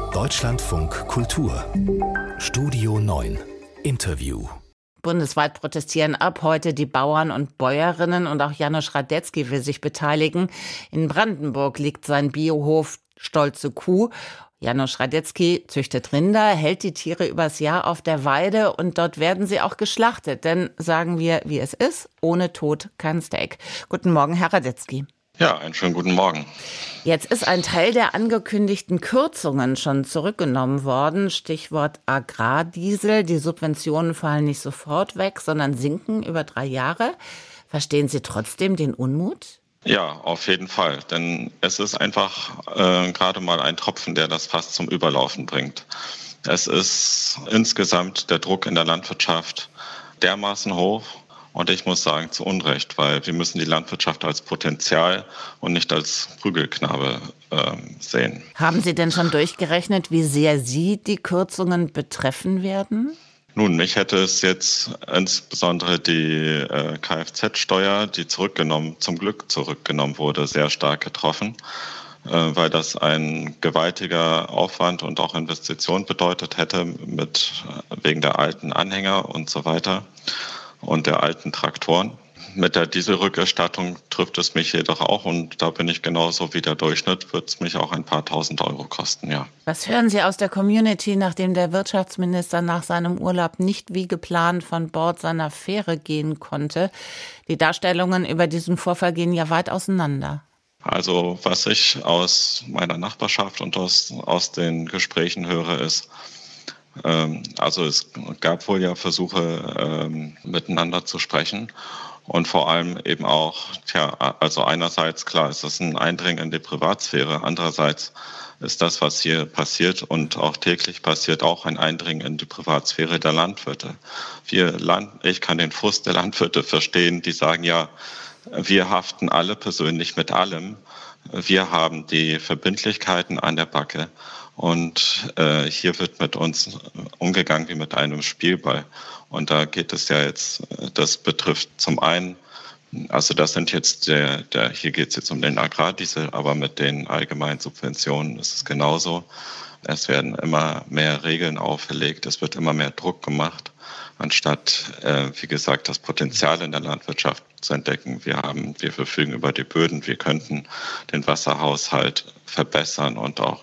Deutschlandfunk Kultur Studio 9 Interview. Bundesweit protestieren ab heute die Bauern und Bäuerinnen und auch Janusz Radetzky will sich beteiligen. In Brandenburg liegt sein Biohof Stolze Kuh. Janusz Radetzky züchtet Rinder, hält die Tiere übers Jahr auf der Weide und dort werden sie auch geschlachtet. Denn, sagen wir, wie es ist, ohne Tod kein Steak. Guten Morgen, Herr Radetzky. Ja, einen schönen guten Morgen. Jetzt ist ein Teil der angekündigten Kürzungen schon zurückgenommen worden. Stichwort Agrardiesel. Die Subventionen fallen nicht sofort weg, sondern sinken über 3 Jahre. Verstehen Sie trotzdem den Unmut? Ja, auf jeden Fall. Denn es ist einfach gerade mal ein Tropfen, der das Fass zum Überlaufen bringt. Es ist insgesamt der Druck in der Landwirtschaft dermaßen hoch. Und ich muss sagen, zu Unrecht, weil wir müssen die Landwirtschaft als Potenzial und nicht als Prügelknabe sehen. Haben Sie denn schon durchgerechnet, wie sehr Sie die Kürzungen betreffen werden? Nun, mich hätte es jetzt insbesondere die Kfz-Steuer, die zum Glück zurückgenommen wurde, sehr stark getroffen, weil das ein gewaltiger Aufwand und auch Investition bedeutet hätte wegen der alten Anhänger und so weiter und der alten Traktoren. Mit der Dieselrückerstattung trifft es mich jedoch auch und da bin ich genauso wie der Durchschnitt, wird es mich auch ein paar tausend Euro kosten, ja. Was hören Sie aus der Community, nachdem der Wirtschaftsminister nach seinem Urlaub nicht wie geplant von Bord seiner Fähre gehen konnte? Die Darstellungen über diesen Vorfall gehen ja weit auseinander. Also was ich aus meiner Nachbarschaft und aus den Gesprächen höre, ist, also es gab wohl ja Versuche, miteinander zu sprechen und vor allem eben auch, also einerseits, klar, ist das ein Eindringen in die Privatsphäre, andererseits ist das, was hier passiert und auch täglich passiert, auch ein Eindringen in die Privatsphäre der Landwirte. Ich kann den Frust der Landwirte verstehen, die sagen, ja, wir haften alle persönlich mit allem, wir haben die Verbindlichkeiten an der Backe. Und hier wird mit uns umgegangen wie mit einem Spielball. Und da geht es ja jetzt, das betrifft zum einen, also das sind jetzt hier geht es jetzt um den Agrardiesel, aber mit den allgemeinen Subventionen ist es genauso. Es werden immer mehr Regeln auferlegt, es wird immer mehr Druck gemacht, anstatt, wie gesagt, das Potenzial in der Landwirtschaft zu entdecken. Wir verfügen über die Böden, wir könnten den Wasserhaushalt verbessern und auch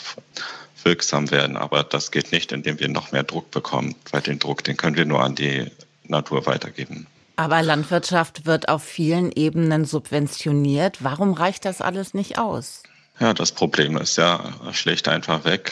klimawirksam werden. Aber das geht nicht, indem wir noch mehr Druck bekommen, weil den Druck, den können wir nur an die Natur weitergeben. Aber Landwirtschaft wird auf vielen Ebenen subventioniert. Warum reicht das alles nicht aus? Ja, das Problem ist ja schlicht einfach weg,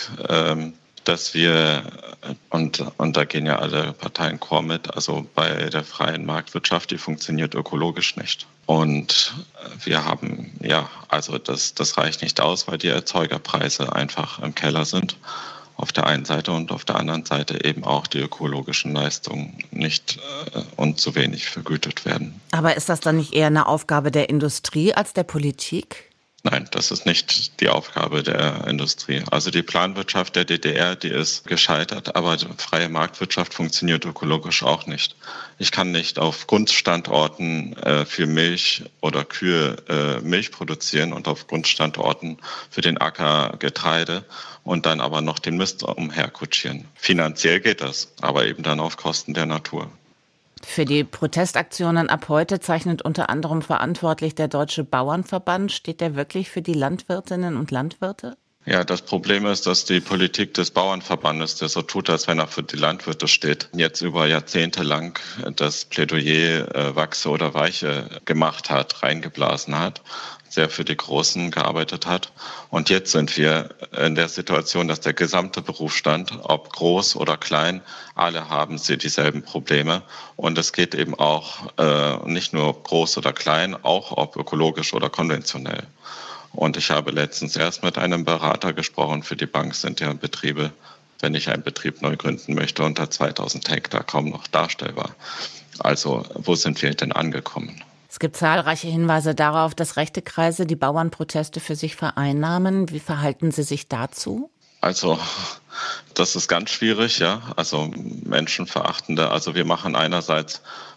dass wir, und da gehen ja alle Parteien Chor mit, also bei der freien Marktwirtschaft, die funktioniert ökologisch nicht. Und wir haben, also das reicht nicht aus, weil die Erzeugerpreise einfach im Keller sind. Auf der einen Seite und auf der anderen Seite eben auch die ökologischen Leistungen nicht und zu wenig vergütet werden. Aber ist das dann nicht eher eine Aufgabe der Industrie als der Politik? Nein, das ist nicht die Aufgabe der Industrie. Also die Planwirtschaft der DDR, die ist gescheitert, aber die freie Marktwirtschaft funktioniert ökologisch auch nicht. Ich kann nicht auf Grundstandorten für Milch oder Kühe Milch produzieren und auf Grundstandorten für den Acker Getreide und dann aber noch den Mist umherkutschieren. Finanziell geht das, aber eben dann auf Kosten der Natur. Für die Protestaktionen ab heute zeichnet unter anderem verantwortlich der Deutsche Bauernverband. Steht der wirklich für die Landwirtinnen und Landwirte? Ja, das Problem ist, dass die Politik des Bauernverbandes, der so tut, als wenn er für die Landwirte steht, jetzt über Jahrzehnte lang das Plädoyer Wachse oder Weiche gemacht hat, reingeblasen hat, sehr für die Großen gearbeitet hat. Und jetzt sind wir in der Situation, dass der gesamte Berufsstand, ob groß oder klein, alle haben sie dieselben Probleme. Und es geht eben auch nicht nur groß oder klein, auch ob ökologisch oder konventionell. Und ich habe letztens erst mit einem Berater gesprochen. Für die Bank sind ja Betriebe, wenn ich einen Betrieb neu gründen möchte, unter 2000 Hektar kaum noch darstellbar. Also wo sind wir denn angekommen? Es gibt zahlreiche Hinweise darauf, dass rechte Kreise die Bauernproteste für sich vereinnahmen. Wie verhalten Sie sich dazu? Also das ist ganz schwierig, ja. Also menschenverachtende. Also wir machen einerseits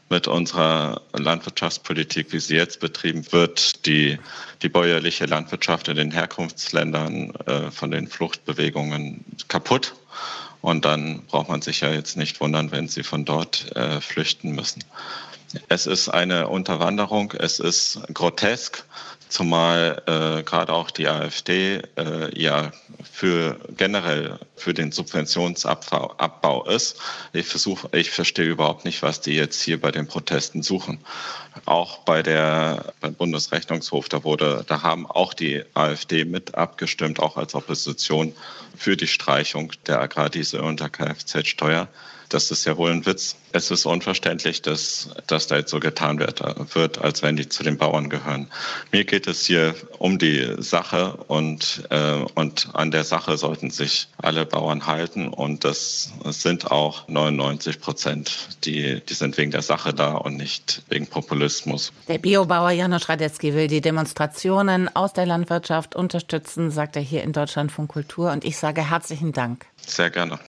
Mit unserer Landwirtschaftspolitik, wie sie jetzt betrieben wird, die bäuerliche Landwirtschaft in den Herkunftsländern von den Fluchtbewegungen kaputt. Und dann braucht man sich ja jetzt nicht wundern, wenn sie von dort flüchten müssen. Es ist eine Unterwanderung, es ist grotesk, zumal gerade auch die AfD ja generell für den Subventionsabbau ist. Ich verstehe überhaupt nicht, was die jetzt hier bei den Protesten suchen. Auch beim Bundesrechnungshof, da haben auch die AfD mit abgestimmt, auch als Opposition für die Streichung der Agrardiesel- und der Kfz-Steuer. Das ist ja wohl ein Witz. Es ist unverständlich, dass da jetzt so getan wird, als wenn die zu den Bauern gehören. Mir geht es hier um die Sache und an der Sache sollten sich alle Bauern halten. Und das sind auch 99%, die sind wegen der Sache da und nicht wegen Populismus. Der Biobauer János Radetzky will die Demonstrationen aus der Landwirtschaft unterstützen, sagt er hier in Deutschlandfunk Kultur. Und ich sage herzlichen Dank. Sehr gerne.